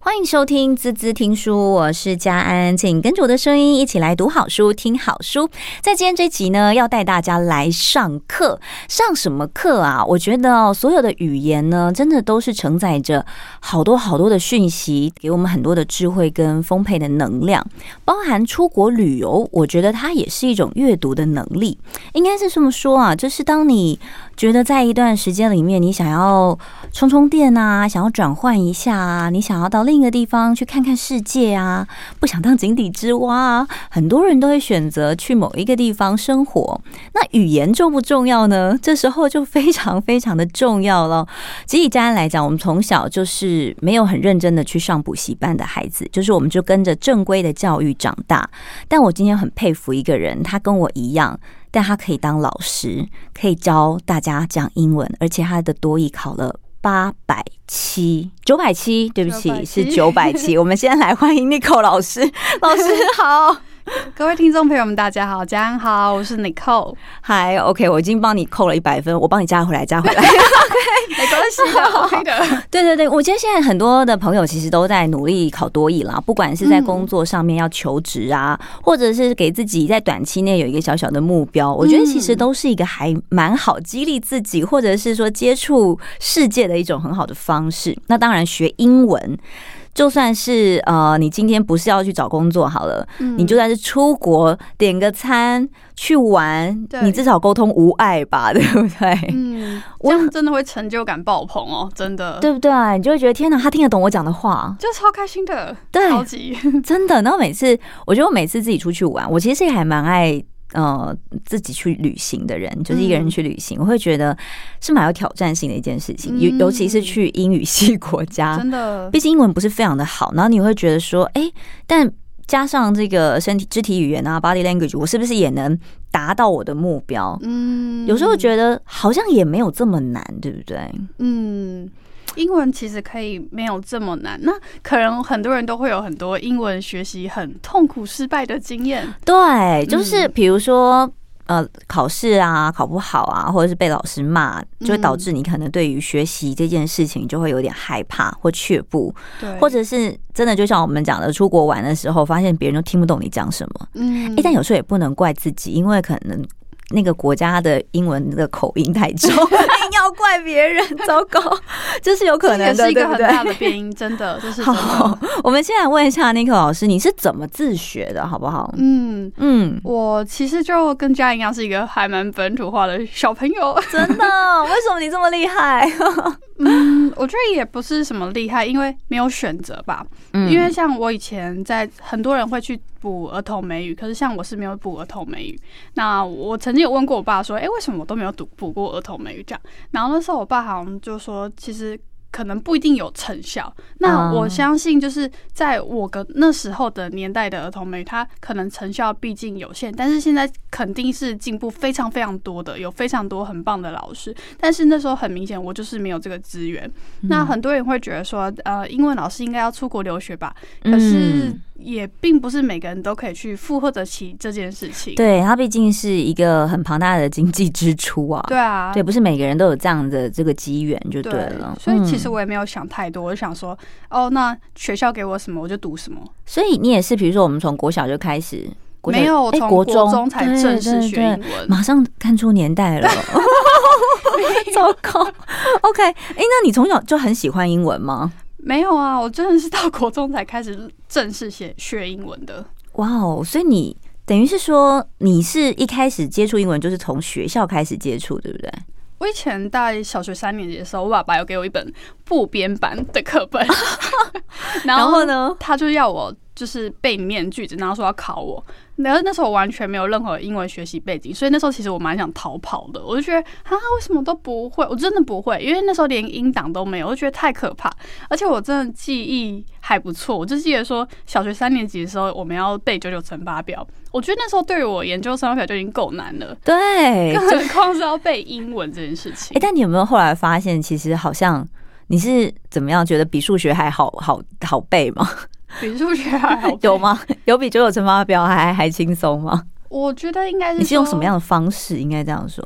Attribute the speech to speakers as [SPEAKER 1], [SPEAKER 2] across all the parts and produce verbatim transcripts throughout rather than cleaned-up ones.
[SPEAKER 1] 欢迎收听滋滋听书，我是嘉安，请跟着我的声音一起来读好书听好书。在今天这集呢，要带大家来上课。上什么课啊？我觉得哦，所有的语言呢，真的都是承载着好多好多的讯息，给我们很多的智慧跟丰沛的能量。包含出国旅游，我觉得它也是一种阅读的能力。应该是这么说啊，就是当你觉得在一段时间里面，你想要充充电啊，想要转换一下啊，你想要到另一个地方去看看世界啊，不想当井底之蛙啊，很多人都会选择去某一个地方生活。那语言重不重要呢？这时候就非常非常的重要了。其实以嘉安来讲，我们从小就是没有很认真的去上补习班的孩子，就是我们就跟着正规的教育长大。但我今天很佩服一个人，他跟我一样，但他可以当老师，可以教大家讲英文，而且他的多益考了八百七，九百七，对不起，是九百七。我们先来欢迎 Nicole 老师，老师好。
[SPEAKER 2] 各位听众朋友们，大家好，嘉安好，我是 Nicole。
[SPEAKER 1] 嗨 ，OK， 我已经帮你扣了一百分，我帮你加回来，加回来。OK，
[SPEAKER 2] 没关系的 ，OK 的。
[SPEAKER 1] 对对对，我觉得现在很多的朋友其实都在努力考多益啦，不管是在工作上面要求职啊，嗯、或者是给自己在短期内有一个小小的目标，我觉得其实都是一个还蛮好激励自己，或者是说接触世界的一种很好的方式。那当然，学英文。就算是呃，你今天不是要去找工作好了，嗯、你就算是出国点个餐去玩，你至少沟通无碍吧，对不对？嗯，
[SPEAKER 2] 这样真的会成就感爆棚哦，真的，
[SPEAKER 1] 对不对？你就会觉得天哪，他听得懂我讲的话，
[SPEAKER 2] 就超开心的，
[SPEAKER 1] 对，
[SPEAKER 2] 超级
[SPEAKER 1] 真的。然后每次，我觉得我每次自己出去玩，我其实是还蛮爱。呃，自己去旅行的人，就是一个人去旅行，嗯、我会觉得是蛮有挑战性的一件事情，尤、嗯、尤其是去英语系国家，
[SPEAKER 2] 真的，
[SPEAKER 1] 毕竟英文不是非常的好，然后你会觉得说，哎、欸，但加上这个身体肢体语言啊 ，body language， 我是不是也能达到我的目标？嗯，有时候觉得好像也没有这么难，对不对？
[SPEAKER 2] 嗯。英文其实可以没有这么难，那可能很多人都会有很多英文学习很痛苦失败的经验。
[SPEAKER 1] 对，就是比如说、嗯、呃，考试啊考不好啊，或者是被老师骂，就会导致你可能对于学习这件事情就会有点害怕或却步，对，或者是真的就像我们讲的，出国玩的时候发现别人都听不懂你讲什么，嗯，但有时候也不能怪自己，因为可能。那个国家的英文的口音太重，硬要怪别人，糟糕，这是有可能的，
[SPEAKER 2] 这是一个很大的变因，真的，这是真的。
[SPEAKER 1] 好，我们现在问一下 Nicole 老师，你是怎么自学的，好不好？
[SPEAKER 2] 嗯嗯，我其实就跟嘉一样，是一个还蛮本土化的小朋友，
[SPEAKER 1] 真的？为什么你这么厉害？
[SPEAKER 2] 嗯，我觉得也不是什么厉害，因为没有选择吧。嗯、因为像我以前在，很多人会去补儿童美语，可是像我是没有补儿童美语。那我曾经有问过我爸说，哎、欸，为什么我都没有补补过儿童美语这样？然后那时候我爸好像就说，其实。可能不一定有成效。那我相信，就是在我个那时候的年代的儿童美语，它可能成效毕竟有限，但是现在肯定是进步非常非常多的，有非常多很棒的老师。但是那时候很明显，我就是没有这个资源。嗯、那很多人会觉得说，呃，英文老师应该要出国留学吧？可是也并不是每个人都可以去负荷得起这件事情。
[SPEAKER 1] 对，它毕竟是一个很庞大的经济支出啊。
[SPEAKER 2] 对啊，
[SPEAKER 1] 对，不是每个人都有这样的这个机缘就对了。
[SPEAKER 2] 对，所以其实我也没有想太多，我就想说，哦，那学校给我什么我就读什么。
[SPEAKER 1] 所以你也是，比如说我们从国小就开始，
[SPEAKER 2] 没有，我从国中才正式学英文，对对对，
[SPEAKER 1] 马上看出年代了。糟糕。OK， 哎、欸，那你从小就很喜欢英文吗？
[SPEAKER 2] 没有啊，我真的是到国中才开始正式学学英文的。
[SPEAKER 1] 哇哦，所以你等于是说，你是一开始接触英文就是从学校开始接触，对不对？
[SPEAKER 2] 我以前在小学三年级的时候，我爸爸有给我一本部编版的课本，然后呢，他就要我就是背里面的句子，然后说要考我。然后那时候我完全没有任何英文学习背景，所以那时候其实我蛮想逃跑的。我就觉得啊，为什么都不会？我真的不会，因为那时候连音档都没有，我就觉得太可怕。而且我真的记忆还不错，我就记得说小学三年级的时候，我们要背九九乘法表。我觉得那时候对于我研究乘法表就已经够难了，
[SPEAKER 1] 对，
[SPEAKER 2] 更何况是要背英文这件事情。
[SPEAKER 1] 哎、欸，但你有没有后来发现，其实好像你是怎么样觉得比数学还好好好背吗？
[SPEAKER 2] 比数学还好
[SPEAKER 1] 有吗？有比九九乘法表还还轻松吗？
[SPEAKER 2] 我觉得应该是。
[SPEAKER 1] 你是用什么样的方式？应该这样说。
[SPEAKER 2] 嗯，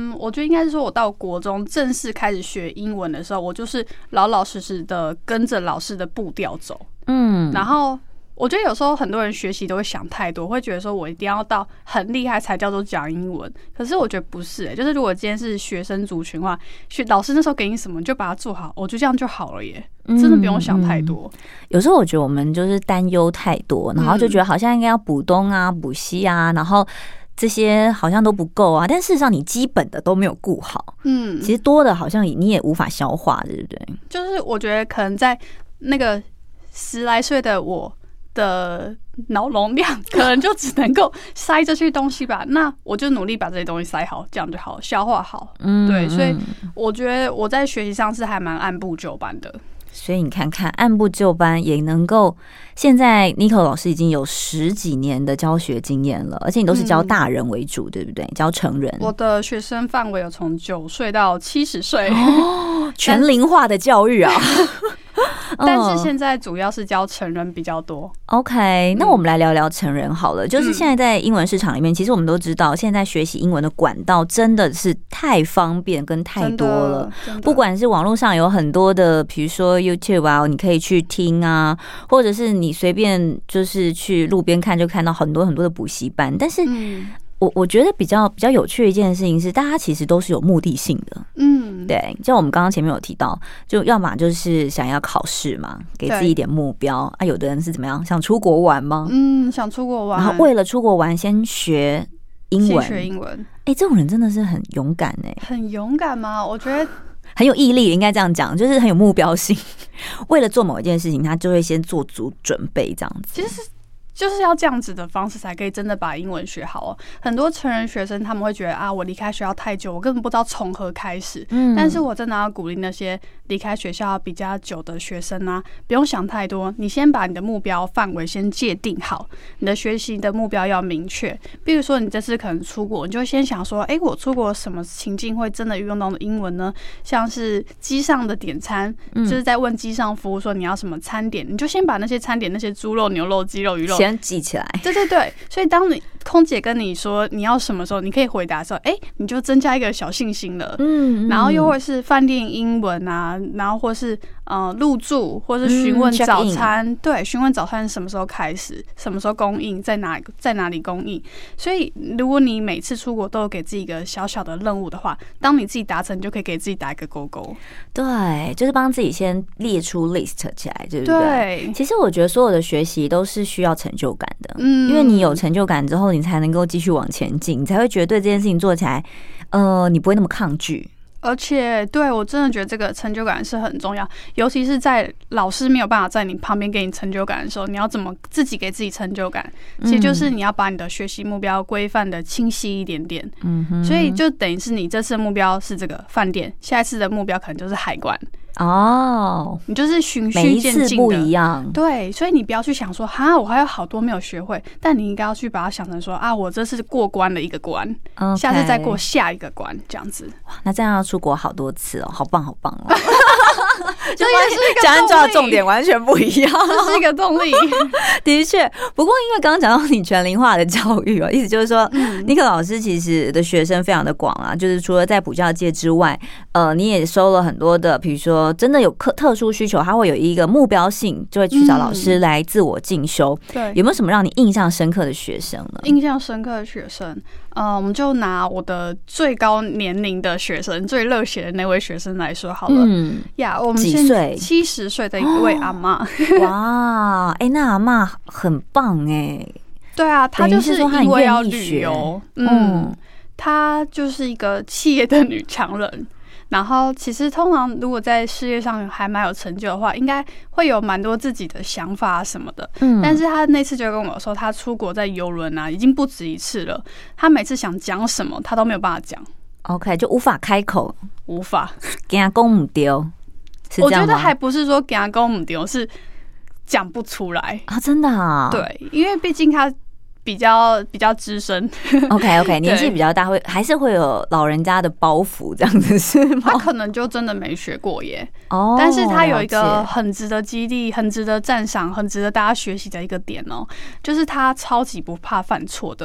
[SPEAKER 2] 嗯，我觉得应该是说，我到国中正式开始学英文的时候，我就是老老实实的跟着老师的步调走。嗯，然后我觉得有时候很多人学习都会想太多，会觉得说我一定要到很厉害才叫做讲英文。可是我觉得不是、欸，就是如果今天是学生族群的话，学老师那时候给你什么，你就把它做好，我觉得这样就好了耶。真的不用想太多、嗯嗯。
[SPEAKER 1] 有时候我觉得我们就是担忧太多，然后就觉得好像应该要补东啊、补西啊，然后这些好像都不够啊。但事实上，你基本的都没有顾好。嗯，其实多的好像你也无法消化，对不对？
[SPEAKER 2] 就是我觉得可能在那个十来岁的我的脑容量，可能就只能够塞这些东西吧。那我就努力把这些东西塞好，这样就好，消化好。嗯，对，所以我觉得我在学习上是还蛮按部就班的。
[SPEAKER 1] 所以你看看，按部就班也能够。现在 Nico 老师已经有十几年的教学经验了，而且你都是教大人为主，嗯、对不对？教成人。
[SPEAKER 2] 我的学生范围有从九岁到七十岁，
[SPEAKER 1] 哦，全龄化的教育啊。
[SPEAKER 2] 但是现在主要是教成人比较多。
[SPEAKER 1] OK， 那我们来聊聊成人好了。就是现在在英文市场里面，其实我们都知道，现在学习英文的管道真的是太方便跟太多了。不管是网络上有很多的，比如说 YouTube 啊，你可以去听啊，或者是你随便就是去路边看，就看到很多很多的补习班。但是，我我觉得比较比较有趣的一件事情是，大家其实都是有目的性的。嗯，对，就我们刚刚前面有提到，就要么就是想要考试嘛，给自己一点目标啊。有的人是怎么样，想出国玩吗？
[SPEAKER 2] 嗯，想出国玩，
[SPEAKER 1] 然后为了出国玩，先学英文，
[SPEAKER 2] 先学英文。
[SPEAKER 1] 哎、欸，这种人真的是很勇敢哎、欸，
[SPEAKER 2] 很勇敢吗？我觉得
[SPEAKER 1] 很有毅力，应该这样讲，就是很有目标性。为了做某一件事情，他就会先做足准备，这样子。
[SPEAKER 2] 其实就是要这样子的方式才可以真的把英文学好哦。很多成人学生他们会觉得啊，我离开学校太久，我根本不知道从何开始。嗯，但是我真的要鼓励那些离开学校比较久的学生啊，不用想太多，你先把你的目标范围先界定好，你的学习的目标要明确。比如说你这次可能出国，你就先想说，哎、欸，我出国什么情境会真的运用到英文呢？像是机上的点餐，就是在问机上服务说你要什么餐点，你就先把那些餐点，那些猪肉、牛肉、鸡肉、鱼肉
[SPEAKER 1] 先记起来。
[SPEAKER 2] 对对对，所以当你空姐跟你说你要什么时候，你可以回答的时候，哎、欸，你就增加一个小信心了。嗯，然后又或是饭店英文啊，然后或是呃入住，或是询问早餐，嗯、对，询问早餐什么时候开始，什么时候供应，在哪在哪里供应。所以如果你每次出国都有给自己一个小小的任务的话，当你自己达成，你就可以给自己打一个勾勾。
[SPEAKER 1] 对，就是帮自己先列出 list 起来，对不对？
[SPEAKER 2] 对。
[SPEAKER 1] 其实我觉得所有的学习都是需要成就感的，嗯，因为你有成就感之后，你才能够继续往前进，你才会觉得对这件事情做起来，呃，你不会那么抗拒。
[SPEAKER 2] 而且，对我真的觉得这个成就感是很重要，尤其是在老师没有办法在你旁边给你成就感的时候，你要怎么自己给自己成就感？其实就是你要把你的学习目标规范的清晰一点点。嗯哼，所以就等于是你这次的目标是这个饭店，下一次的目标可能就是海关。哦，你就是循序渐进的，
[SPEAKER 1] 每一次不一样。
[SPEAKER 2] 对，所以你不要去想说哈，我还有好多没有学会，但你应该要去把它想成说啊，我这是过关的一个关， okay. 下次再过下一个关，这样子。
[SPEAKER 1] 哇，那这样要出国好多次哦，好棒好棒哦！
[SPEAKER 2] 这也是一个
[SPEAKER 1] 讲抓的重点完全不一样，
[SPEAKER 2] 这是一个动力。
[SPEAKER 1] 的确，不过因为刚刚讲到你全龄化的教育哦，意思就是说，嗯，尼克老师其实的学生非常的广啊，就是除了在补教界之外，呃，你也收了很多的，比如说真的有特特殊需求，他会有一个目标性，就会去找老师来自我进修。对，有没有什么让你印象深刻的学生呢？
[SPEAKER 2] 印象深刻的学生，呃，我们就拿我的最高年龄的学生、最热血的那位学生来说好了。嗯，呀， yeah, 我们现在七十岁的一位阿嬷。
[SPEAKER 1] 哇，哎、欸，那阿嬷很棒哎、欸。
[SPEAKER 2] 对啊，她就是因为要旅游，嗯，她就是一个企业的女强人。然后，其实通常如果在事业上还蛮有成就的话，应该会有蛮多自己的想法什么的。嗯，但是他那次就跟我说，他出国在邮轮啊，已经不止一次了。他每次想讲什么，他都没有办法讲。
[SPEAKER 1] OK， 就无法开口，
[SPEAKER 2] 无法。
[SPEAKER 1] 给他讲不丢，
[SPEAKER 2] 我觉得还不是说给他讲不丢，是讲不出来
[SPEAKER 1] 啊！真的啊？
[SPEAKER 2] 对，因为毕竟他比较比较资深
[SPEAKER 1] ，OK OK， 年纪比较大，会还是会有老人家的包袱，这样子是吗？
[SPEAKER 2] 他可能就真的没学过耶，哦，但是他有一个很值得激励、很值得赞赏、很值得大家学习的一个点哦，就是他超级不怕犯错的。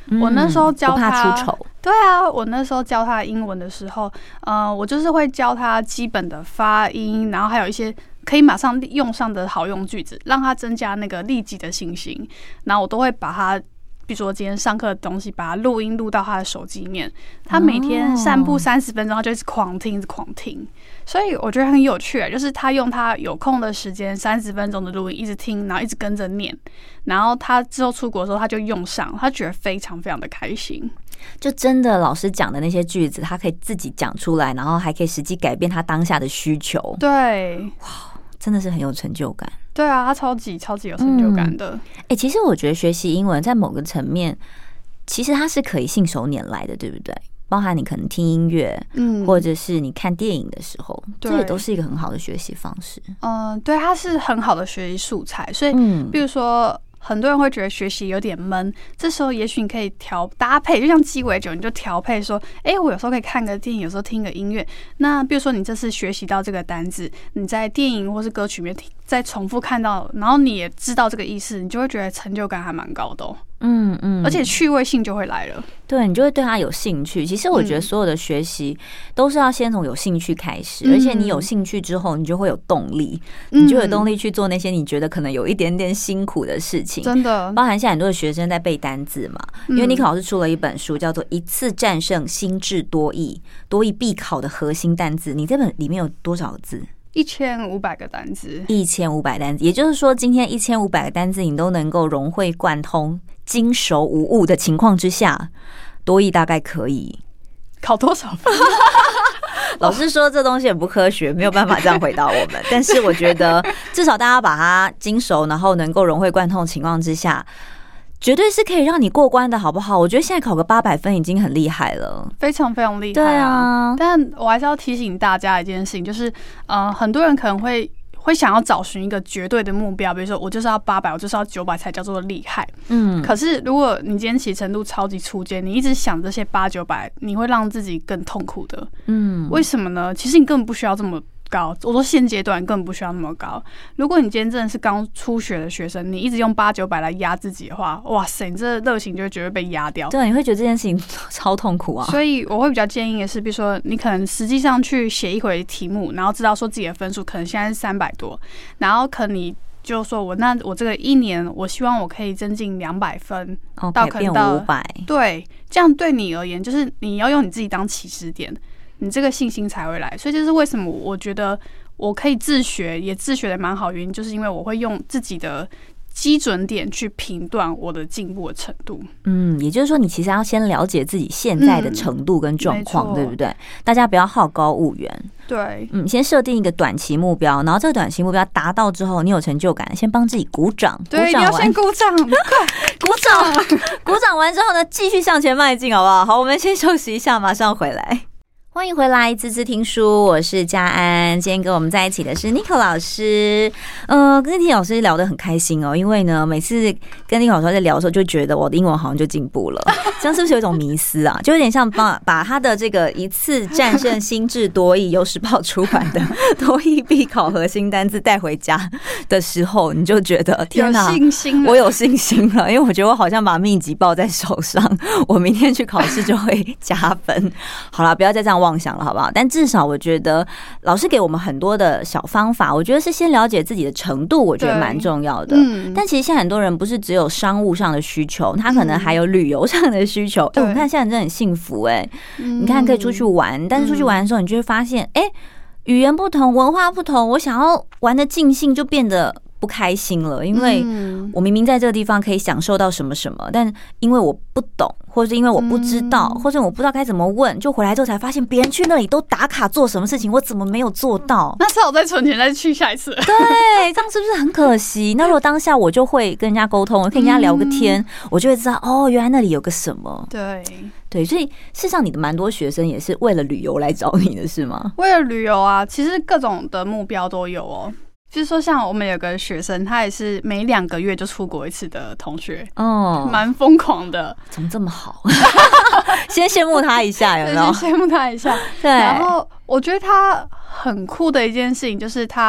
[SPEAKER 2] 我那时候教他、
[SPEAKER 1] 嗯、不怕出丑。
[SPEAKER 2] 对啊，我那时候教他英文的时候，呃，我就是会教他基本的发音，然后还有一些可以马上用上的好用句子，让他增加那个立即的信心。然后我都会把他，比如说今天上课的东西，把它录音录到他的手机里面。他每天散步三十分钟，他就一直狂听，一直狂听。所以我觉得很有趣，就是他用他有空的时间三十分钟的录音，一直听，然后一直跟着念。然后他之后出国的时候，他就用上，他觉得非常非常的开心。
[SPEAKER 1] 就真的老师讲的那些句子，他可以自己讲出来，然后还可以实际改变他当下的需求。
[SPEAKER 2] 对，
[SPEAKER 1] 哇，真的是很有成就感。
[SPEAKER 2] 对啊，他超级超级有成就感的。
[SPEAKER 1] 哎、嗯欸，其实我觉得学习英文在某个层面，其实它是可以信手拈来的，对不对？包含你可能听音乐，嗯，或者是你看电影的时候，这也都是一个很好的学习方式。
[SPEAKER 2] 嗯、呃，对，它是很好的学习素材。所以，比如说。很多人会觉得学习有点闷，这时候也许你可以调搭配，就像鸡尾酒，你就调配说，哎、欸，我有时候可以看个电影，有时候听个音乐。那比如说你这次学习到这个单字，你在电影或是歌曲里面再重复看到，然后你也知道这个意思，你就会觉得成就感还蛮高的、喔。嗯嗯，而且趣味性就会来了。
[SPEAKER 1] 对，你就会对它有兴趣。其实我觉得所有的学习都是要先从有兴趣开始、嗯、而且你有兴趣之后，你就会有动力、嗯、你就有动力去做那些你觉得可能有一点点辛苦的事情。
[SPEAKER 2] 真的，
[SPEAKER 1] 包含现在很多的学生在背单字嘛，因为尼克老师出了一本书叫做《一次战胜心智多益》，多益必考的核心单字。你这本里面有多少个字？
[SPEAKER 2] 一千五百个单字，
[SPEAKER 1] 一千五百单字，也就是说，今天一千五百个单字你都能够融会贯通、精熟无误的情况之下，多益大概可以
[SPEAKER 2] 考多少分？
[SPEAKER 1] 老师说这东西很不科学，没有办法这样回答我们。但是我觉得，至少大家把它精熟，然后能够融会贯通的情况之下，绝对是可以让你过关的，好不好？我觉得现在考个八百分已经很厉害了，
[SPEAKER 2] 非常非常厉害、啊。
[SPEAKER 1] 对啊，
[SPEAKER 2] 但我还是要提醒大家一件事情，就是呃，很多人可能会会想要找寻一个绝对的目标，比如说我就是要八百，我就是要九百才叫做厉害。嗯，可是如果你今天起程度超级初阶，你一直想这些八九百，你会让自己更痛苦的。嗯，为什么呢？其实你根本不需要这么高，我说现阶段根本不需要那么高。如果你今天真的是刚初学的学生，你一直用八九百来压自己的话，哇塞，你这热情就会绝对被压掉。
[SPEAKER 1] 对，你会觉得这件事情超痛苦啊。
[SPEAKER 2] 所以我会比较建议的是，比如说你可能实际上去写一回题目，然后知道说自己的分数可能现在是三百多，然后可能你就说我那我这个一年，我希望我可以增进两百分，
[SPEAKER 1] okay,
[SPEAKER 2] 到可能到
[SPEAKER 1] 五百。
[SPEAKER 2] 对，这样对你而言，就是你要用你自己当起始点。你这个信心才会来，所以这是为什么我觉得我可以自学，也自学的蛮好，原因就是因为我会用自己的基准点去评断我的进步的程度。
[SPEAKER 1] 嗯，也就是说，你其实要先了解自己现在的程度跟状况、嗯，对不对？大家不要好高骛远。
[SPEAKER 2] 对，
[SPEAKER 1] 嗯，先设定一个短期目标，然后这个短期目标达到之后，你有成就感，先帮自己鼓掌。
[SPEAKER 2] 对，
[SPEAKER 1] 鼓掌完
[SPEAKER 2] 你要先鼓掌，快
[SPEAKER 1] 鼓掌！鼓掌完之后呢，继续向前迈进，好不好？好，我们先休息一下，马上回来。欢迎回来，滋滋听书，我是嘉安。今天跟我们在一起的是 Nico 老师。呃，跟 Nico 老师聊得很开心哦，因为呢，每次跟 Nico 老师在聊的时候，就觉得我的英文好像就进步了。这样是不是有一种迷思啊？就有点像把把他的这个一次战胜心智多益由时报出版的多益必考核心单字带回家的时候，你就觉得天哪，
[SPEAKER 2] 有信心了，
[SPEAKER 1] 我有信心了，因为我觉得我好像把秘籍抱在手上，我明天去考试就会加分。好啦，不要再这样妄想了，好不好？但至少我觉得老师给我们很多的小方法，我觉得是先了解自己的程度，我觉得蛮重要的。嗯、但其实现在很多人不是只有商务上的需求，他可能还有旅游上的需求。哎、欸，我看现在真的很幸福哎、欸嗯，你看可以出去玩，但是出去玩的时候，你就会发现，哎、欸，语言不同，文化不同，我想要玩的尽兴就变得不开心了，因为我明明在这个地方可以享受到什么什么，但因为我不懂，或是因为我不知道，或者我不知道该怎么问，就回来之后才发现别人去那里都打卡做什么事情，我怎么没有做到？
[SPEAKER 2] 那只好再存钱再去下一次。
[SPEAKER 1] 对，这样是不是很可惜？那如果当下我就会跟人家沟通，我跟人家聊个天，我就会知道哦，原来那里有个什么。
[SPEAKER 2] 对
[SPEAKER 1] 对，所以事实上你的蛮多学生也是为了旅游来找你的，是吗？
[SPEAKER 2] 为了旅游啊，其实各种的目标都有哦。就是说，像我们有个学生，他也是每两个月就出国一次的同学，哦，蛮疯狂的。
[SPEAKER 1] 怎么这么好？先羡慕他一下，有没有？
[SPEAKER 2] 先羡慕他一下。
[SPEAKER 1] 对。
[SPEAKER 2] 然后我觉得他很酷的一件事情，就是他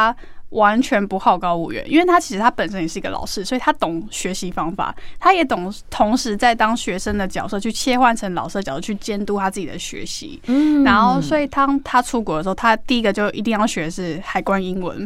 [SPEAKER 2] 完全不好高骛远，因为他其实他本身也是一个老师，所以他懂学习方法，他也懂同时在当学生的角色去切换成老师的角色去监督他自己的学习。嗯，然后所以当他出国的时候，他第一个就一定要学的是海关英文。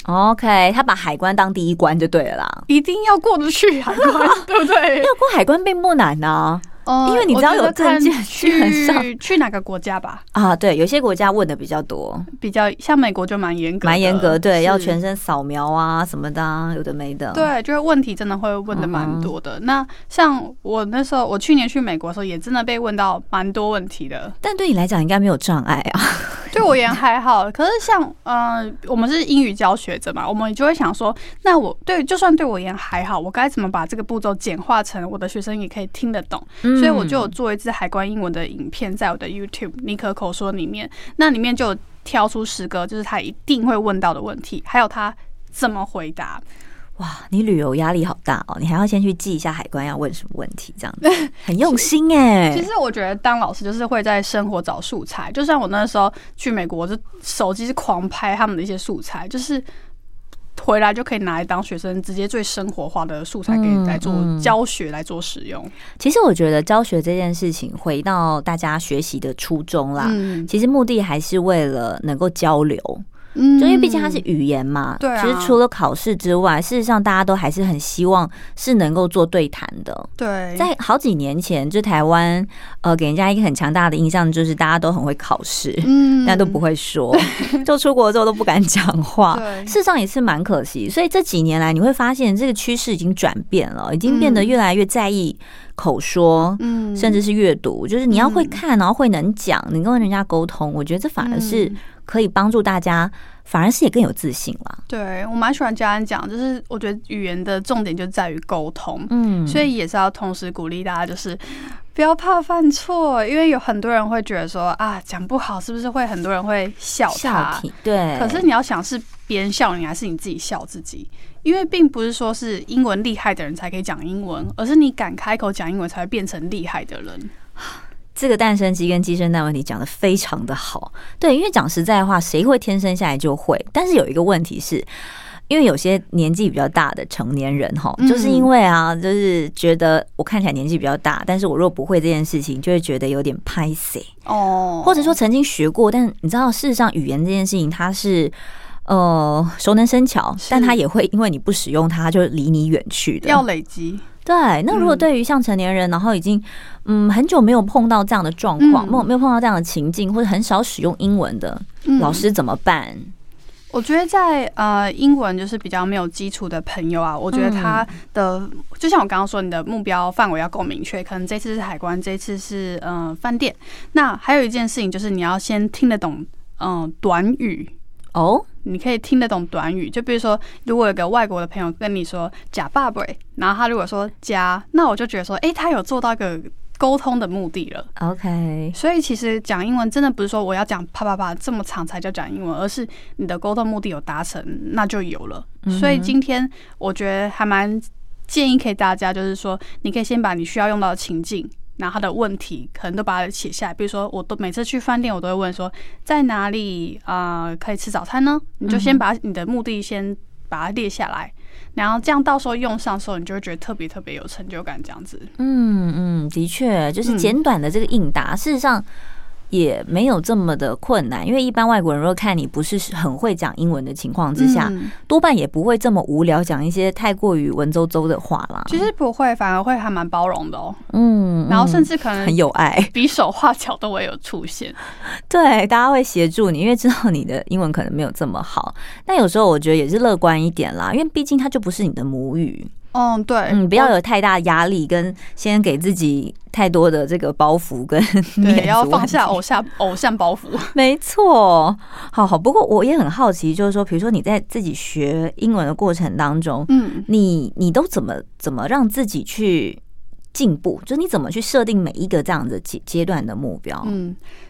[SPEAKER 1] OK， 他把海关当第一关就对了啦，
[SPEAKER 2] 一定要过得去海关，对不对？
[SPEAKER 1] 要过海关并不难啊。哦，因为你知道有证件，基本上
[SPEAKER 2] 去去哪个国家吧？
[SPEAKER 1] 啊，对，有些国家问的比较多，
[SPEAKER 2] 比较像美国就蛮严格，
[SPEAKER 1] 蛮严格，对，要全身扫描啊什么的、啊，有的没的。
[SPEAKER 2] 对，就是问题真的会问的蛮多的。嗯、那像我那时候，我去年去美国的时候，也真的被问到蛮多问题的。
[SPEAKER 1] 但对你来讲，应该没有障碍啊。
[SPEAKER 2] 对我也还好，可是像呃，我们是英语教学者嘛，我们就会想说，那我对就算对我而言还好，我该怎么把这个步骤简化成我的学生也可以听得懂？嗯、所以我就有做一支海关英文的影片，在我的 YouTube 尼可口说里面，那里面就有挑出十个就是他一定会问到的问题，还有他怎么回答。
[SPEAKER 1] 哇，你旅游压力好大哦！你还要先去记一下海关要问什么问题，这样子很用心哎、欸。
[SPEAKER 2] 其实我觉得当老师就是会在生活找素材，就像我那时候去美国，我就手机是狂拍他们的一些素材，就是回来就可以拿来当学生直接最生活化的素材，可以来做教学来做使用。嗯嗯、
[SPEAKER 1] 其实我觉得教学这件事情，回到大家学习的初衷啦，嗯、其实目的还是为了能够交流。嗯，就因为毕竟它是语言嘛，对啊。其实除了考试之外，事实上大家都还是很希望是能够做对谈的。
[SPEAKER 2] 对，
[SPEAKER 1] 在好几年前，就台湾呃给人家一个很强大的印象，就是大家都很会考试，嗯，但都不会说，就出国之后都不敢讲话。对，事实上也是蛮可惜。所以这几年来，你会发现这个趋势已经转变了，已经变得越来越在意口说，嗯，甚至是阅读，就是你要会看，然后会能讲，能够跟人家沟通。我觉得这反而是可以帮助大家，反而是也更有自信啦。
[SPEAKER 2] 对，我蛮喜欢家人讲，就是我觉得语言的重点就在于沟通，嗯，所以也是要同时鼓励大家，就是不要怕犯错，因为有很多人会觉得说啊，讲不好是不是会很多人会笑他？
[SPEAKER 1] 对，
[SPEAKER 2] 可是你要想是别人笑你，还是你自己笑自己？因为并不是说是英文厉害的人才可以讲英文，而是你敢开口讲英文才会变成厉害的人。
[SPEAKER 1] 这个蛋生鸡跟鸡生蛋问题讲得非常的好，对，因为讲实在话，谁会天生下来就会？但是有一个问题是，因为有些年纪比较大的成年人哈，就是因为啊，就是觉得我看起来年纪比较大，但是我若不会这件事情，就会觉得有点拍死哦，或者说曾经学过，但你知道，事实上语言这件事情，它是呃熟能生巧，但它也会因为你不使用它，就离你远去的，
[SPEAKER 2] 要累积。对，
[SPEAKER 1] 那如果对于像成年人，然后已经嗯很久没有碰到这样的状况，没有没有碰到这样的情境，或者很少使用英文的老师怎么办？
[SPEAKER 2] 我觉得在呃英文就是比较没有基础的朋友啊，我觉得他的、嗯、就像我刚刚说，你的目标范围要够明确，可能这次是海关，这次是呃饭店。那还有一件事情就是你要先听得懂嗯、呃、短语哦。你可以听得懂短语，就比如说，如果有个外国的朋友跟你说“假爸爸”，然后他如果说“加”，那我就觉得说，哎、欸，他有做到一个沟通的目的了。
[SPEAKER 1] OK，
[SPEAKER 2] 所以其实讲英文真的不是说我要讲啪啪啪这么长才叫讲英文，而是你的沟通目的有达成，那就有了。嗯、所以今天我觉得还蛮建议给大家，就是说，你可以先把你需要用到的情境，然后他的问题可能都把它写下来，比如说我都每次去饭店，我都会问说在哪里啊、呃、可以吃早餐呢？你就先把你的目的先把它列下来，然后这样到时候用上的时候，你就会觉得特别特别有成就感，这样子。
[SPEAKER 1] 嗯嗯，的确，就是简短的这个应答，嗯、事实上也没有这么的困难，因为一般外国人如果看你不是很会讲英文的情况之下，嗯、多半也不会这么无聊讲一些太过于文绉绉的话啦。
[SPEAKER 2] 其实不会，反而会还蛮包容的哦。嗯，然后甚至可能
[SPEAKER 1] 很有爱，
[SPEAKER 2] 比手画脚都会有出现。
[SPEAKER 1] 对，大家会协助你，因为知道你的英文可能没有这么好。但有时候我觉得也是乐观一点啦，因为毕竟它就不是你的母语。
[SPEAKER 2] 嗯，对，
[SPEAKER 1] 嗯，不要有太大压力，跟先给自己太多的这个包袱跟面子，
[SPEAKER 2] 对，要放下偶像偶像包袱。
[SPEAKER 1] 没错，好好。不过我也很好奇，就是说，比如说你在自己学英文的过程当中，嗯，你你都怎么怎么让自己去进步？就是你怎么去设定每一个这样的阶阶段的目标？
[SPEAKER 2] 嗯，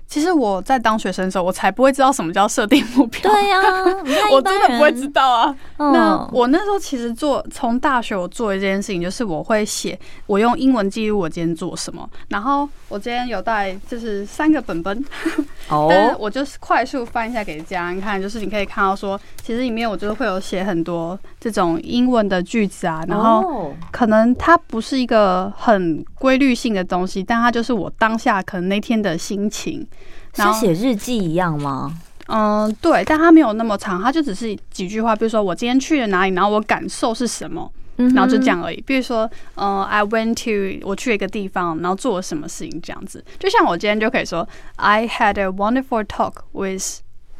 [SPEAKER 2] 其实我在当学生的时候，我才不会知道什么叫设定目标。
[SPEAKER 1] 对呀、啊，
[SPEAKER 2] 我真的不会知道啊。
[SPEAKER 1] 嗯、
[SPEAKER 2] 那我那时候其实做，从大学我做一件事情，就是我会写，我用英文记录我今天做什么。然后我今天有带就是三个本本，哦，但是我就是快速翻一下给家人看，就是你可以看到说，其实里面我就是会有写很多这种英文的句子啊，然后可能它不是一个很规律性的东西，但它就是我当下可能那天的心情。
[SPEAKER 1] 是写日记一样吗？
[SPEAKER 2] 嗯，对，但它没有那么长，它就只是几句话，比如说我今天去了哪里，然后我感受是什么，然后就这样而已。比如说，嗯 ，I went to， 我去了一个地方，然后做了什么事情，这样子。就像我今天就可以说 ，I had a wonderful talk with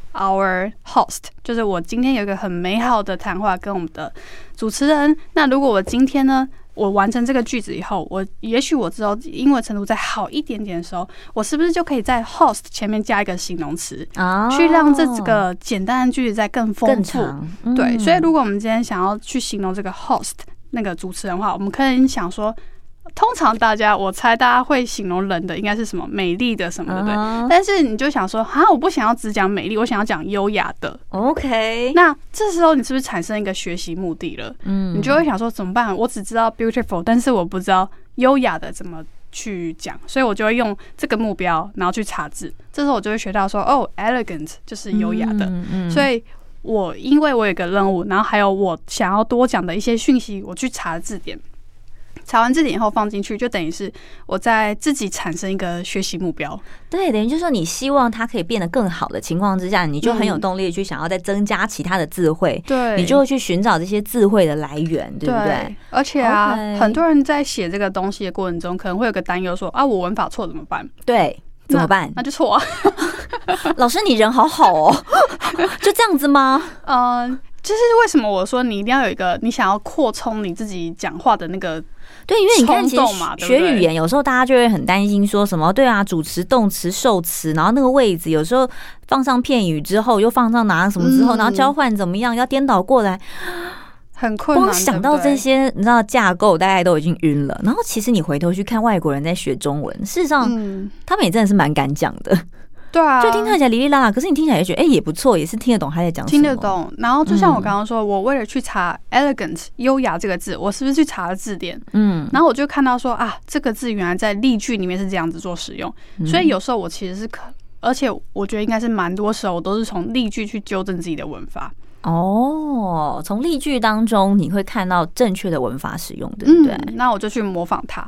[SPEAKER 2] our host， 就是我今天有一个很美好的谈话跟我们的主持人。那如果我今天呢？我完成这个句子以后，我也许我之后英文程度再好一点点的时候，我是不是就可以在 host 前面加一个形容词，哦、去让这个简单的句子再更丰富？嗯、对，所以如果我们今天想要去形容这个 host 那个主持人的话，我们可以想说。通常大家，我猜大家会形容人的应该是什么美丽的什么，对不对？ Uh-huh. 但是你就想说，哈，我不想要只讲美丽，我想要讲优雅的。
[SPEAKER 1] OK，
[SPEAKER 2] 那这时候你是不是产生一个学习目的了？嗯，你就会想说怎么办？我只知道 beautiful， 但是我不知道优雅的怎么去讲，所以我就会用这个目标，然后去查字。这时候我就会学到说，哦 ，elegant 就是优雅的。嗯嗯、所以我因为我有一个任务，然后还有我想要多讲的一些讯息，我去查字典。查完字典以后放进去，就等于是我在自己产生一个学习目标。
[SPEAKER 1] 对，等于就是说你希望它可以变得更好的情况之下，你就很有动力去想要再增加其他的智慧。对，你就会去寻找这些智慧的来源，对不对？对，
[SPEAKER 2] 而且啊， okay. 很多人在写这个东西的过程中，可能会有个担忧说啊，我文法错怎么办？
[SPEAKER 1] 对，怎么办？
[SPEAKER 2] 那, 那就错啊。
[SPEAKER 1] 老师，你人好好哦，就这样子吗？
[SPEAKER 2] 嗯。就是为什么我说你一定要有一个你想要扩充你自己讲话的那个
[SPEAKER 1] 对，因为你看，其实学语言有时候大家就会很担心说什么对啊，主词、动词、受词，然后那个位置有时候放上片语之后，又放上哪什么之后，然后交换怎么样，要颠倒过来，
[SPEAKER 2] 很困难。
[SPEAKER 1] 光想到这些，你知道架构大概都已经晕了。然后其实你回头去看外国人在学中文，事实上他们也真的是蛮敢讲的。
[SPEAKER 2] 对啊，
[SPEAKER 1] 就听起来哩哩啦啦，可是你听起来也觉得哎、欸、也不错，也是听得懂他在讲什么，
[SPEAKER 2] 听得懂。然后就像我刚刚说、嗯，我为了去查 elegant 优雅这个字，我是不是去查了字典？嗯，然后我就看到说啊，这个字原来在例句里面是这样子做使用，嗯、所以有时候我其实是可，而且我觉得应该是蛮多时候我都是从例句去纠正自己的文法。
[SPEAKER 1] 哦，从例句当中你会看到正确的文法使用，对不对？
[SPEAKER 2] 嗯、那我就去模仿它。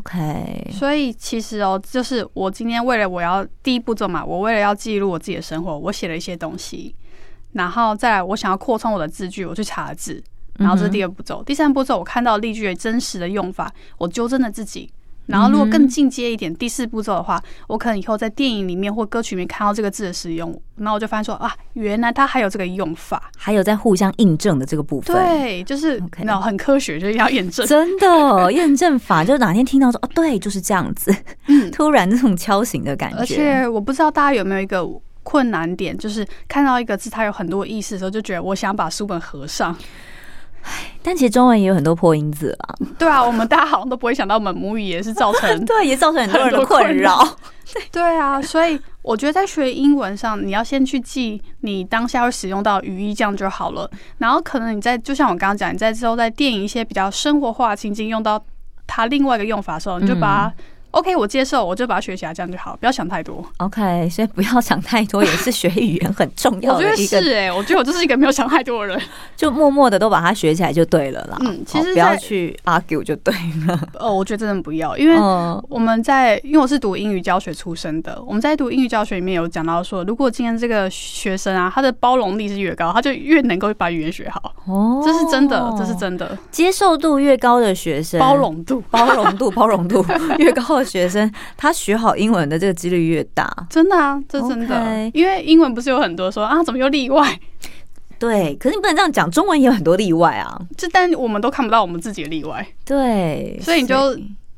[SPEAKER 1] OK，
[SPEAKER 2] 所以其实哦，就是我今天为了我要第一步骤嘛，我为了要记录我自己的生活，我写了一些东西，然后再来我想要扩充我的字句，我去查了字，然后这是第二步骤。嗯、第三步骤我看到例句的真实的用法，我纠正了自己。然后如果更进阶一点，第四步骤的话，我可能以后在电影里面或歌曲里面看到这个字的使用，然后我就发现说啊，原来它还有这个用法，
[SPEAKER 1] 还有在互相印证的这个部分。
[SPEAKER 2] 对，就是那、okay. 很科学，就是要验证。
[SPEAKER 1] 真的验证法，就哪天听到说哦，对，就是这样子，嗯、突然这种敲醒的感觉。
[SPEAKER 2] 而且我不知道大家有没有一个困难点，就是看到一个字它有很多意思的时候，就觉得我想把书本合上。
[SPEAKER 1] 但其实中文也有很多破音字啦。
[SPEAKER 2] 对啊，我们大家好像都不会想到，我们母语也是造成
[SPEAKER 1] 对，也造成很多人的困扰。
[SPEAKER 2] 对啊，所以我觉得在学英文上，你要先去记你当下会使用到语义，这样就好了。然后可能你在，就像我刚刚讲，你在之后在电影一些比较生活化的情境用到它另外一个用法的时候，你就把它。嗯OK， 我接受，我就把它学起来，这样就好，不要想太多。
[SPEAKER 1] OK， 所以不要想太多，也是学语言很重要的一个。
[SPEAKER 2] 我觉得是哎、欸，我觉得我就是一个没有想太多的人，
[SPEAKER 1] 就默默的都把它学起来就对了啦。嗯，其实不要去 argue 就对了。
[SPEAKER 2] 哦，我觉得真的不要，因为我们在，因为我是读英语教学出身的，我们在读英语教学里面有讲到说，如果今天这个学生啊，他的包容力是越高，他就越能够把语言学好。哦，这是真的，这是真的。
[SPEAKER 1] 接受度越高的学生，
[SPEAKER 2] 包容度、
[SPEAKER 1] 包容度、包容度越高的学生，他学好英文的这个几率越大。
[SPEAKER 2] 真的啊，这真的。Okay. 因为英文不是有很多说啊，怎么又例外？
[SPEAKER 1] 对，可是你不能这样讲，中文也有很多例外啊。
[SPEAKER 2] 这但我们都看不到我们自己的例外。
[SPEAKER 1] 对，
[SPEAKER 2] 所以你就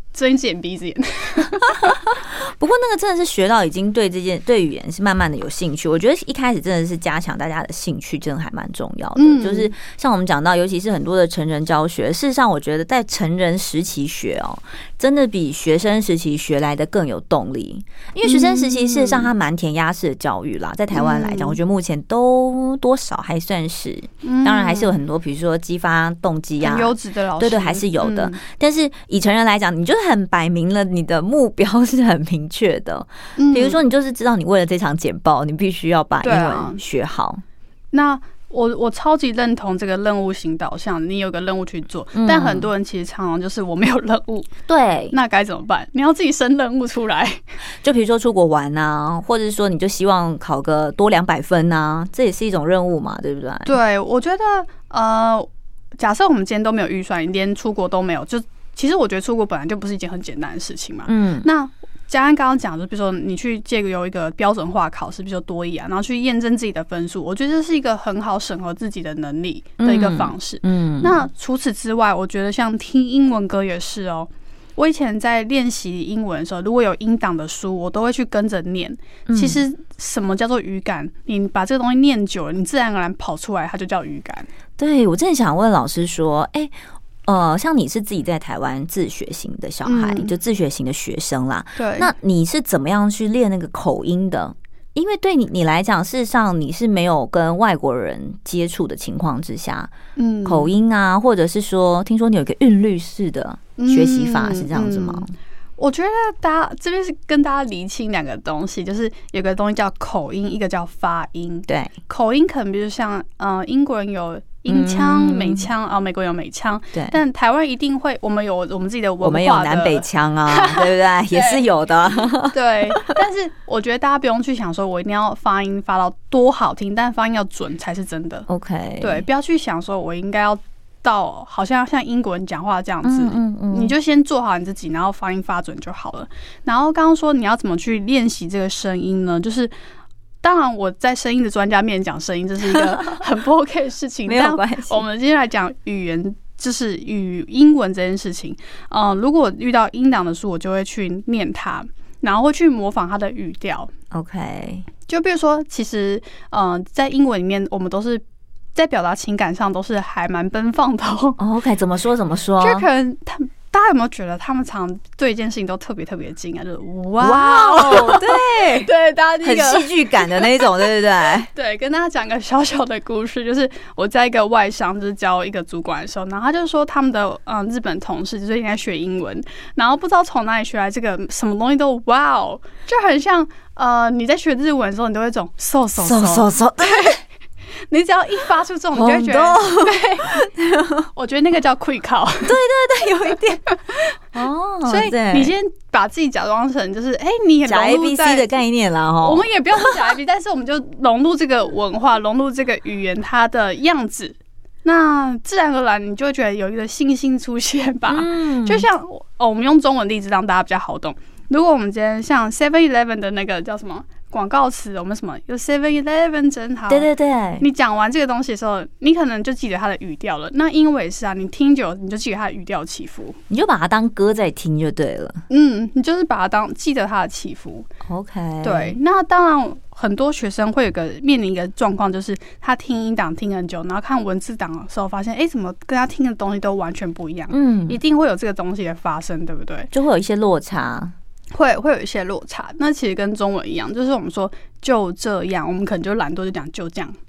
[SPEAKER 2] 睁一只眼闭一只眼。
[SPEAKER 1] 不过那个真的是学到已经对这件对语言是慢慢的有兴趣。我觉得一开始真的是加强大家的兴趣，真的还蛮重要的。嗯、就是像我们讲到，尤其是很多的成人教学，事实上我觉得在成人时期学哦，真的比学生时期学来的更有动力。因为学生时期事实上它蛮填鸭式的教育啦，在台湾来讲，我觉得目前都多少还算是，当然还是有很多比如说激发动机啊，
[SPEAKER 2] 优质的老师，
[SPEAKER 1] 对对，还是有的。嗯、但是以成人来讲，你就是很摆明了你的目标是很明确的，嗯、比如说你就是知道你为了这场简报，你必须要把英文学好。啊、
[SPEAKER 2] 那我我超级认同这个任务型导向，你有个任务去做，嗯、但很多人其实常常就是我没有任务，
[SPEAKER 1] 对，
[SPEAKER 2] 那该怎么办？你要自己生任务出来。
[SPEAKER 1] 就比如说出国玩啊，或者是说你就希望考个多两百分啊，这也是一种任务嘛，对不对？
[SPEAKER 2] 对，我觉得呃，假设我们今天都没有预算，连出国都没有，就其实我觉得出国本来就不是一件很简单的事情嘛。嗯，那嘉安刚刚讲的，比如说你去借由一个标准化考试，比如说多益啊，然后去验证自己的分数，我觉得这是一个很好审核自己的能力的一个方式。嗯，嗯那除此之外，我觉得像听英文歌也是哦。我以前在练习英文的时候，如果有音档的书，我都会去跟着念。其实什么叫做语感？你把这个东西念久了，你自然而然跑出来，它就叫语感。
[SPEAKER 1] 对，我真的想问老师说，哎、欸。呃，像你是自己在台湾自学型的小孩，嗯、就自学型的学生啦。
[SPEAKER 2] 对，
[SPEAKER 1] 那你是怎么样去练那个口音的？因为对你你来讲，事实上你是没有跟外国人接触的情况之下，嗯，口音啊，或者是说，听说你有一个韵律式的学习法，是这样子吗？嗯嗯
[SPEAKER 2] 我觉得大家这边是跟大家厘清两个东西，就是有个东西叫口音，一个叫发音。
[SPEAKER 1] 对，
[SPEAKER 2] 口音可能比如像呃英国人有英腔、嗯、美腔啊，美国有美腔，
[SPEAKER 1] 对，
[SPEAKER 2] 但台湾一定会，我们有我们自己的文化的，
[SPEAKER 1] 我们有南北腔啊，对不对？也是有的。
[SPEAKER 2] 对，但是我觉得大家不用去想说我一定要发音发到多好听，但发音要准才是真的。
[SPEAKER 1] OK，
[SPEAKER 2] 对，不要去想说我应该要到好像像英国人讲话这样子，嗯嗯嗯，你就先做好你自己，然后发音发准就好了。然后刚刚说你要怎么去练习这个声音呢？就是当然我在声音的专家面前讲声音，这是一个很不 OK 的事情，
[SPEAKER 1] 没有关系。
[SPEAKER 2] 我们今天来讲语言，就是语英文这件事情。嗯、呃，如果遇到音档的书，我就会去念它，然后会去模仿它的语调。
[SPEAKER 1] OK， 就
[SPEAKER 2] 比如说，其实嗯、呃，在英文里面，我们都是。在表达情感上都是还蛮奔放的哦。
[SPEAKER 1] Oh, OK， 怎么说怎么说？
[SPEAKER 2] 就可能他大家有没有觉得他们常对一件事情都特别特别惊讶，就是哇哦，
[SPEAKER 1] 对
[SPEAKER 2] 对，大家、那個、
[SPEAKER 1] 很戏剧感的那种，对不对？
[SPEAKER 2] 对，跟大家讲个小小的故事，就是我在一个外商就是教一个主管的时候，然后他就说他们的嗯日本同事就是应该学英文，然后不知道从哪里学来这个什么东西都哇哦，就很像呃你在学日文的时候，你都会这种嗖嗖嗖嗖嗖，对。你只要一发出这种，你就会觉得，对，我觉得那个叫会考，
[SPEAKER 1] 对对对，有一点
[SPEAKER 2] 哦，所以你先把自己假装成就是，哎、欸，你也
[SPEAKER 1] 假 A B C 的概念啦，哈，
[SPEAKER 2] 我们也不要说假 A B C， 但是我们就融入这个文化，融入这个语言它的样子，那自然而然你就会觉得有一个信心出现吧。嗯，就像哦，我们用中文例子让大家比较好懂。如果我们今天像 seven eleven 的那个叫什么？广告词，我们什么有 seven eleven 真好，
[SPEAKER 1] 对对对，
[SPEAKER 2] 你讲完这个东西的时候，你可能就记得它的语调了。那英文也是啊，你听久你就记得它的语调起伏，
[SPEAKER 1] 你就把它当歌在听就对了。
[SPEAKER 2] 嗯，你就是把它当记得它的起伏。
[SPEAKER 1] OK，
[SPEAKER 2] 对。那当然，很多学生会有个面临一个状况，就是他听音档听很久，然后看文字档的时候，发现哎、欸，怎么跟他听的东西都完全不一样？嗯，一定会有这个东西的发生，对不对？
[SPEAKER 1] 就会有一些落差。
[SPEAKER 2] 会会有一些落差，那其实跟中文一样，就是我们说就这样，我们可能就懒惰就讲就这样。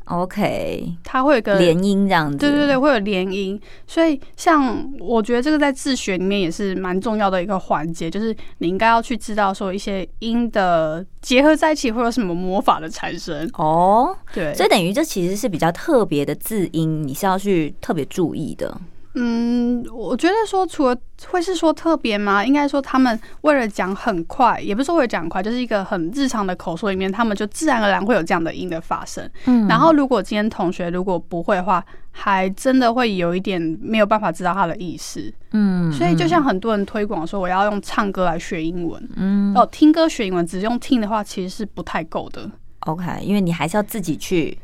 [SPEAKER 1] OK，
[SPEAKER 2] 它会有个
[SPEAKER 1] 连音这样子，
[SPEAKER 2] 对对对，会有连音。所以像我觉得这个在自学里面也是蛮重要的一个环节，就是你应该要去知道说一些音的结合在一起会有什么魔法的产生。
[SPEAKER 1] 哦，
[SPEAKER 2] 对，
[SPEAKER 1] 所以等于这其实是比较特别的字音，你是要去特别注意的。
[SPEAKER 2] 嗯，我觉得说除了会是说特别吗？应该说他们为了讲很快，也不是说为了讲很快，就是一个很日常的口说里面，他们就自然而然会有这样的音的发生。嗯，然后如果今天同学如果不会的话，还真的会有一点没有办法知道他的意思。嗯，所以就像很多人推广说我要用唱歌来学英文，嗯，哦，听歌学英文，只用听的话其实是不太够的。
[SPEAKER 1] OK， 因为你还是要自己去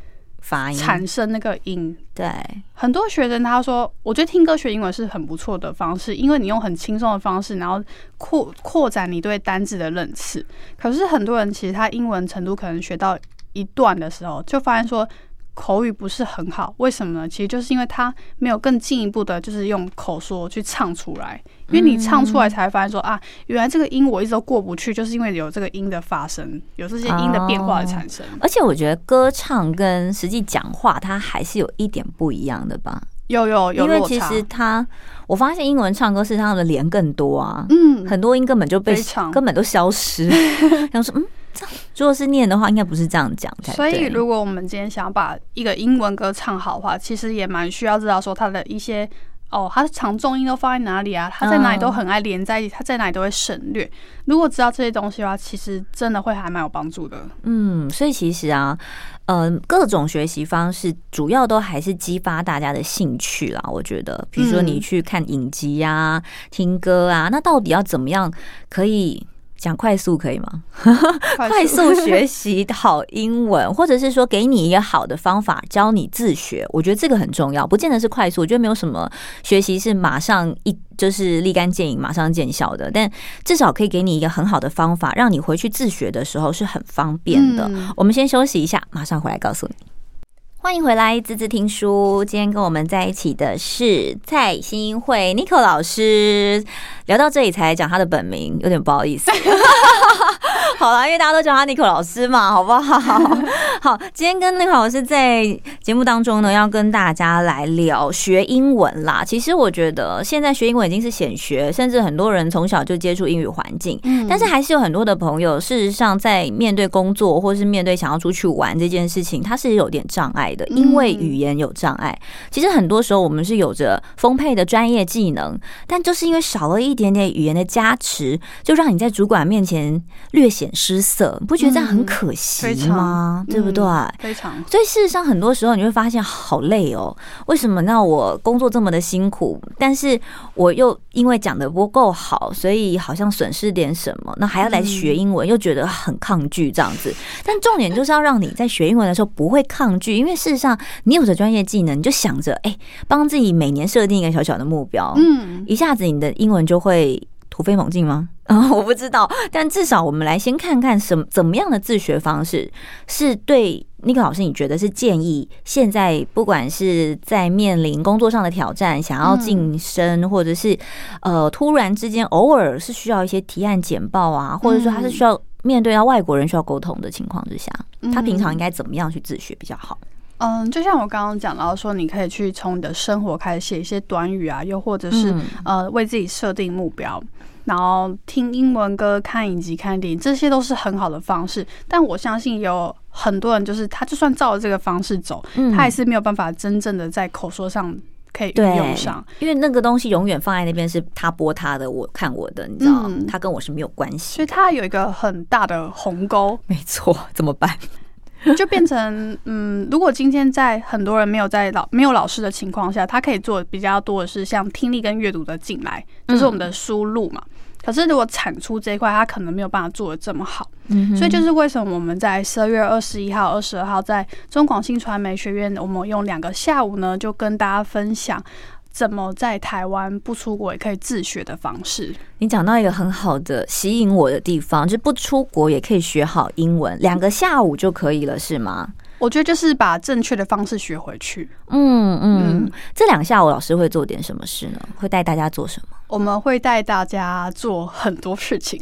[SPEAKER 1] 发音
[SPEAKER 2] 产生那个音。
[SPEAKER 1] 对，
[SPEAKER 2] 很多学生他说，我觉得听歌学英文是很不错的方式，因为你用很轻松的方式，然后扩扩展你对单字的认识。可是很多人其实他英文程度可能学到一段的时候，就发现说口语不是很好，为什么呢？其实就是因为他没有更进一步的，就是用口说去唱出来。因为你唱出来才会发现说啊，原来这个音我一直都过不去，就是因为有这个音的发生，有这些音的变化的产生。
[SPEAKER 1] 哦、而且我觉得歌唱跟实际讲话，它还是有一点不一样的吧？
[SPEAKER 2] 有有有落差，
[SPEAKER 1] 因为其实它，我发现英文唱歌是它的连更多啊，嗯，很多音根本就被根本都消失。然后说，嗯。如果是念的话，应该不是这样讲才对。
[SPEAKER 2] 所以，如果我们今天想把一个英文歌唱好的话，其实也蛮需要知道说它的一些哦，它的长重音都放在哪里啊？它在哪里都很爱连在一起，它在哪里都会省略。如果知道这些东西的话，其实真的会还蛮有帮助的。
[SPEAKER 1] 嗯，所以其实啊，呃，各种学习方式主要都还是激发大家的兴趣啦。我觉得，比如说你去看影集啊、嗯、听歌啊，那到底要怎么样可以？讲快速可以吗？快速学习好英文，或者是说给你一个好的方法教你自学，我觉得这个很重要。不见得是快速，我觉得没有什么学习是马上一就是立竿见影、马上见效的，但至少可以给你一个很好的方法，让你回去自学的时候是很方便的。嗯、我们先休息一下，马上回来告诉你。欢迎回来，滋滋听书。今天跟我们在一起的是蔡欣慧 Nico 老师。聊到这里才讲他的本名，有点不好意思。好啦，因为大家都叫他 Nico 老师嘛，好不好？好，今天跟 Nico 老师在节目当中呢，要跟大家来聊学英文啦。其实我觉得现在学英文已经是显学，甚至很多人从小就接触英语环境，嗯，但是还是有很多的朋友，事实上在面对工作或是面对想要出去玩这件事情，他是有点障碍的，因为语言有障碍。其实很多时候我们是有着丰沛的专业技能，但就是因为少了一点点语言的加持，就让你在主管面前略显失色，你不觉得这样很可惜吗？嗯、对不对、
[SPEAKER 2] 嗯？非常。
[SPEAKER 1] 所以事实上，很多时候你会发现好累哦。为什么？那我工作这么的辛苦，但是我又因为讲得不够好，所以好像损失点什么，那还要来学英文，又觉得很抗拒这样子。但重点就是要让你在学英文的时候不会抗拒，因为事实上你有着专业技能，你就想着哎，帮自己每年设定一个小小的目标，嗯，一下子你的英文就会突飞猛进吗？啊、哦，我不知道，但至少我们来先看看什么怎么样的自学方式是对Nico老师，你觉得是建议现在不管是在面临工作上的挑战，想要晋升，或者是呃突然之间偶尔是需要一些提案简报啊，或者说他是需要面对到外国人需要沟通的情况之下，他平常应该怎么样去自学比较好？
[SPEAKER 2] 嗯，就像我刚刚讲到说，你可以去从你的生活开始写一些短语啊，又或者是、嗯、呃为自己设定目标，然后听英文歌、看影集、看电影，这些都是很好的方式。但我相信有很多人就是他就算照着这个方式走，嗯、他也是没有办法真正的在口说上可以运用上，
[SPEAKER 1] 因为那个东西永远放在那边，是他播他的，我看我的，你知道，嗯、他跟我是没有关系，
[SPEAKER 2] 所以他有一个很大的鸿沟。
[SPEAKER 1] 没错，怎么办？
[SPEAKER 2] 就变成嗯，如果今天在很多人没有在老没有老师的情况下，他可以做比较多的是像听力跟阅读的进来，就是我们的输入嘛。嗯、可是如果产出这一块，他可能没有办法做得这么好。嗯、所以就是为什么我们在十二月二十一号、二十二号在中广信传媒学院，我们用两个下午呢，就跟大家分享怎么在台湾不出国也可以自学的方式。
[SPEAKER 1] 你讲到一个很好的吸引我的地方，就是不出国也可以学好英文，两个下午就可以了，是吗？
[SPEAKER 2] 我觉得就是把正确的方式学回去。
[SPEAKER 1] 嗯嗯，嗯这两下午老师会做点什么事呢？会带大家做什么？
[SPEAKER 2] 我们会带大家做很多事情，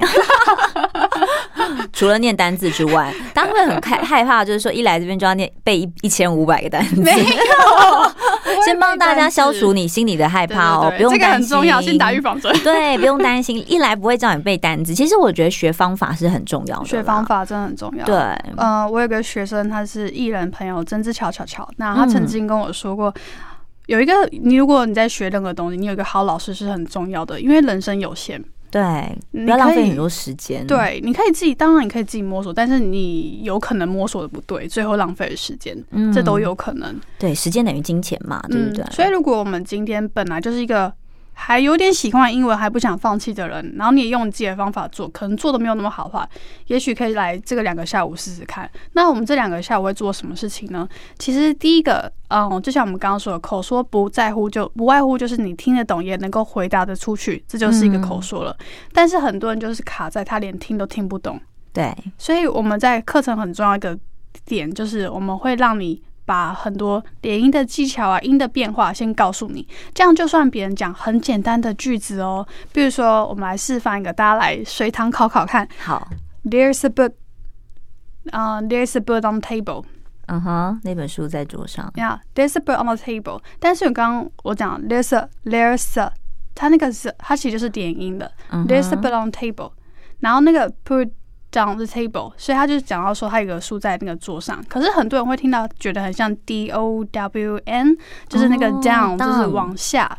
[SPEAKER 1] 除了念单字之外，大家会很害害怕，就是说一来这边就要念背一千五百个单字。没有，先帮大家消除你心里的害怕哦，对对对不用担心，这个很重
[SPEAKER 2] 要，先打预防针。
[SPEAKER 1] 对，不用担心，一来不会叫你背单字。其实我觉得学方法是很重要的，
[SPEAKER 2] 学方法真的很重要。
[SPEAKER 1] 对，
[SPEAKER 2] 呃，我有个学生，他是艺人朋友曾之乔乔乔，那他曾经跟我说过。嗯有一个，你如果你在学任何东西，你有一个好老师是很重要的，因为人生有限，
[SPEAKER 1] 对，不要浪费很多时间。
[SPEAKER 2] 对，你可以自己，当然你可以自己摸索，但是你有可能摸索的不对，最后浪费了时间，嗯、这都有可能。
[SPEAKER 1] 对，时间等于金钱嘛，对不对？
[SPEAKER 2] 嗯、所以如果我们今天本来就是一个还有点喜欢英文还不想放弃的人，然后你也用你自己的方法做，可能做的没有那么好的话，也许可以来这个两个下午试试看。那我们这两个下午会做什么事情呢？其实第一个，嗯，就像我们刚刚说的，口说不在乎就不外乎就是你听得懂也能够回答得出去，这就是一个口说了。嗯、但是很多人就是卡在他连听都听不懂。
[SPEAKER 1] 对，
[SPEAKER 2] 所以我们在课程很重要一个点就是我们会让你把很多连音的技巧啊、音的变化先告诉你，这样就算别人讲很简单的句子哦，比如说我们来示范一个，大家来随堂考考看。
[SPEAKER 1] 好
[SPEAKER 2] ，There's a book， 啊、uh, ，There's a book on the table。
[SPEAKER 1] 嗯哼，那本书在桌上。
[SPEAKER 2] Yeah, there's a book on the table。但是我刚刚我讲 there's a there's a， 它那个是它其實就是点音的、uh huh.，There's a book on the table， 然后那个 put down the table， 所以他就讲到说他有个书在那个桌上，可是很多人会听到觉得很像 D O W N， 就是那个 down、oh, 就是往下。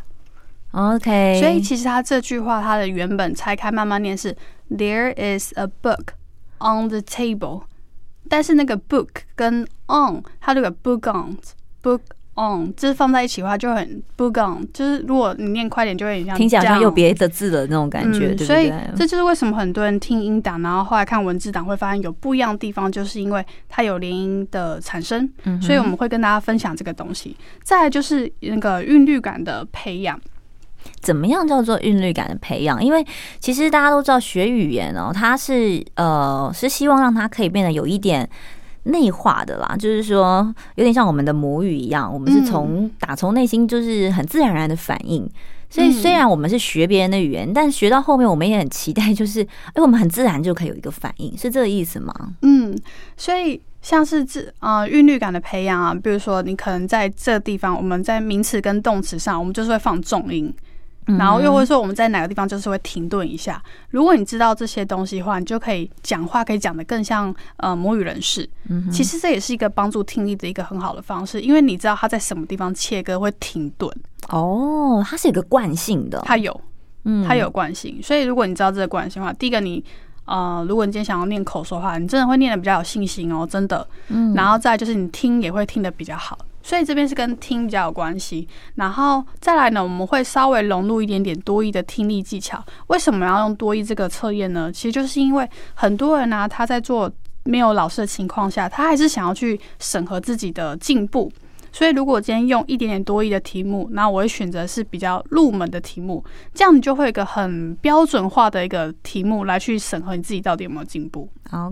[SPEAKER 1] OK，
[SPEAKER 2] 所以其实他这句话它的原本拆开慢慢念是 There is a book on the table， 但是那个 book 跟 on 它这个 book on book on 这放在一起的话就很 book on， 就是如果你念快点就会很像
[SPEAKER 1] 听起来好像有别的字的那种感觉、嗯、对不对？
[SPEAKER 2] 所以这就是为什么很多人听音档然后后来看文字档会发现有不一样的地方，就是因为它有连音的产生、嗯、所以我们会跟大家分享这个东西。再来就是那个韵律感的培养。
[SPEAKER 1] 怎么样叫做韵律感的培养？因为其实大家都知道学语言哦，它是呃是希望让它可以变得有一点内化的啦，就是说有点像我们的母语一样，我们是从、嗯、打从内心就是很自然而然的反应。所以虽然我们是学别人的语言，但学到后面我们也很期待，就是哎，我们很自然就可以有一个反应，是这个意思吗？
[SPEAKER 2] 嗯，所以像是自呃韵律感的培养啊，比如说你可能在这个地方，我们在名词跟动词上，我们就是会放重音。然后又或者说我们在哪个地方就是会停顿一下，如果你知道这些东西的话，你就可以讲话可以讲得更像呃母语人士。其实这也是一个帮助听力的一个很好的方式，因为你知道它在什么地方切割会停顿。
[SPEAKER 1] 哦，它是有个惯性的，
[SPEAKER 2] 它有，它有惯性。所以如果你知道这个惯性的话，第一个你呃，如果你今天想要念口说的话，你真的会念得比较有信心哦，真的。嗯，然后再来就是你听也会听得比较好。所以这边是跟听比较有关系，然后再来呢，我们会稍微融入一点点多益的听力技巧。为什么要用多益这个测验呢？其实就是因为很多人啊，他在做没有老师的情况下，他还是想要去审核自己的进步。所以如果今天用一点点多益的题目，那我会选择是比较入门的题目，这样你就会有一个很标准化的一个题目来去审核你自己到底有没有进步。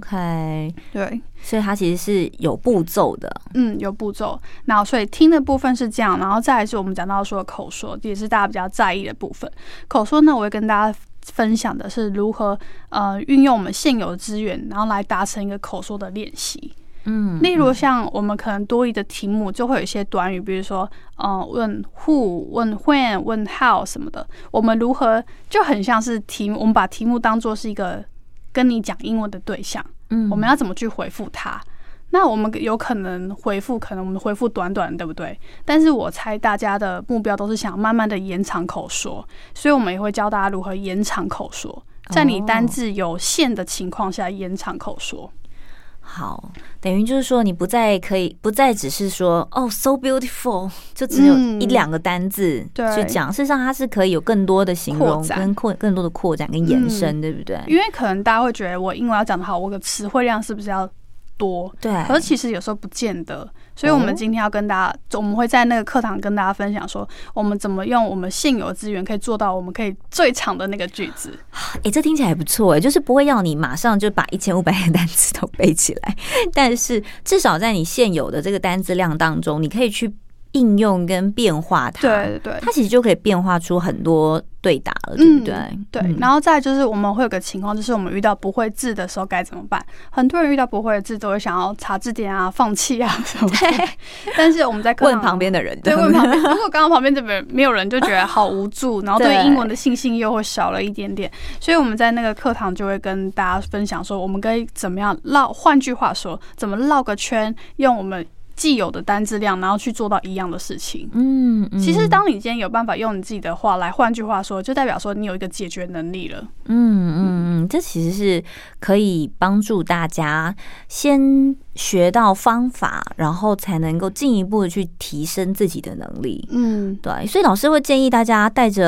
[SPEAKER 1] OK，
[SPEAKER 2] 对，
[SPEAKER 1] 所以它其实是有步骤的。
[SPEAKER 2] 嗯，有步骤。那所以听的部分是这样，然后再来是我们讲到说口说，也是大家比较在意的部分。口说呢，我会跟大家分享的是如何呃运用我们现有的资源，然后来达成一个口说的练习。嗯，例如像我们可能多益的题目就会有一些短语，比如说呃问 who、问 when、问 how 什么的，我们如何就很像是题目，我们把题目当作是一个跟你讲英文的对象，嗯，我们要怎么去回复他？那我们有可能回复，可能我们回复短短的，对不对？但是我猜大家的目标都是想慢慢的延长口说，所以我们也会教大家如何延长口说，在你单字有限的情况下延长口说。
[SPEAKER 1] 好，等于就是说，你不再可以，不再只是说哦 ，so beautiful， 就只有一两个单字去讲。嗯、事实上，它是可以有更多的形容，跟扩更多的扩展跟延伸，嗯、对不对？
[SPEAKER 2] 因为可能大家会觉得，我英文要讲得好，我的词汇量是不是要多？
[SPEAKER 1] 对。
[SPEAKER 2] 可是其实有时候不见得。所以我们今天要跟大家，我们会在那个课堂跟大家分享说，我们怎么用我们现有的资源可以做到我们可以最长的那个句子。
[SPEAKER 1] 哎、欸，这听起来不错哎，就是不会要你马上就把一千五百个单词都背起来，但是至少在你现有的这个单字量当中，你可以去应用跟变化它。
[SPEAKER 2] 对对，
[SPEAKER 1] 它其实就可以变化出很多对答了，对不对？
[SPEAKER 2] 嗯、对。嗯、然后再来就是我们会有个情况，就是我们遇到不会字的时候该怎么办？很多人遇到不会的字都会想要查字典啊、放弃啊什么的。但是我们在课堂
[SPEAKER 1] 问旁边的人，
[SPEAKER 2] 对，问旁边。如果刚刚旁边这边没有人，就觉得好无助，然后对英文的信心又会少了一点点。所以我们在那个课堂就会跟大家分享说，我们可以怎么样绕？换句话说，怎么绕个圈，用我们既有的单字量，然后去做到一样的事情。嗯，嗯其实当你今天有办法用你自己的话来，换句话说，就代表说你有一个解决能力了。
[SPEAKER 1] 嗯嗯嗯，这其实是可以帮助大家先学到方法，然后才能够进一步的去提升自己的能力。嗯，对，所以老师会建议大家带着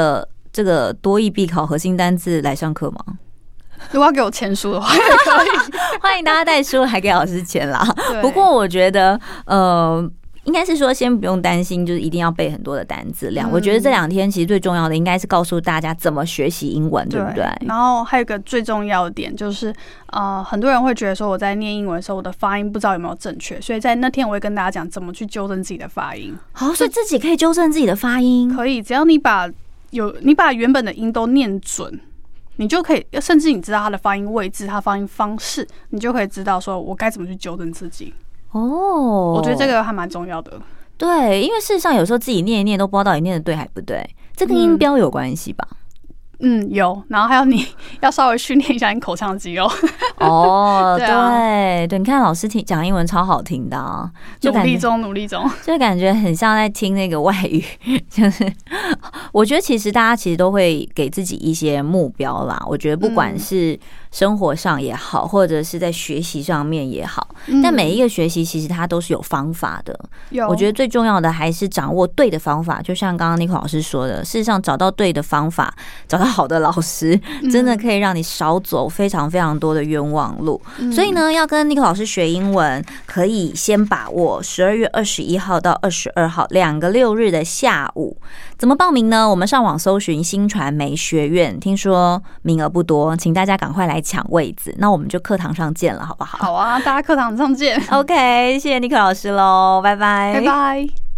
[SPEAKER 1] 这个多益必考核心单字来上课吗？
[SPEAKER 2] 如果要给我签书的话，也可以。
[SPEAKER 1] 欢迎大家带书来给老师签啦。不过我觉得，呃。应该是说，先不用担心，就是一定要背很多的单字量。嗯、我觉得这两天其实最重要的，应该是告诉大家怎么学习英文，对不对？
[SPEAKER 2] 然后还有一个最重要的点就是，呃，很多人会觉得说我在念英文的时候，我的发音不知道有没有正确，所以在那天我会跟大家讲怎么去纠正自己的发音。
[SPEAKER 1] 好，所以自己可以纠正自己的发音，
[SPEAKER 2] 可以，只要你把有你把原本的音都念准。你就可以，甚至你知道它的发音位置、它发音方式，你就可以知道说我该怎么去纠正自己。哦，我觉得这个还蛮重要的。
[SPEAKER 1] 对，因为事实上有时候自己念一念都不知道到底念的对还不对，这跟音标有关系吧？
[SPEAKER 2] 嗯，有。然后还有你要稍微训练一下你口腔肌肉。
[SPEAKER 1] 哦，对、啊、
[SPEAKER 2] 对
[SPEAKER 1] 对，你看老师听讲英文超好听的啊，
[SPEAKER 2] 就努力中努力中，
[SPEAKER 1] 就感觉很像在听那个外语。就是我觉得其实大家其实都会给自己一些目标啦，我觉得不管是生活上也好，或者是在学习上面也好，嗯、但每一个学习其实它都是有方法的。有，我觉得最重要的还是掌握对的方法。就像刚刚Nico老师说的，事实上找到对的方法，找到好的老师，真的可以让你少走非常非常多的冤枉路。嗯、所以呢，要跟Nico老师学英文，可以先把握十二月二十一号到二十二号两个六日的下午。怎么报名呢？我们上网搜寻新传媒学院，听说名额不多，请大家赶快来抢位子。那我们就课堂上见了，好不好？
[SPEAKER 2] 好啊，大家课堂上见。
[SPEAKER 1] OK， 谢谢Nico老师喽，拜拜，
[SPEAKER 2] 拜拜。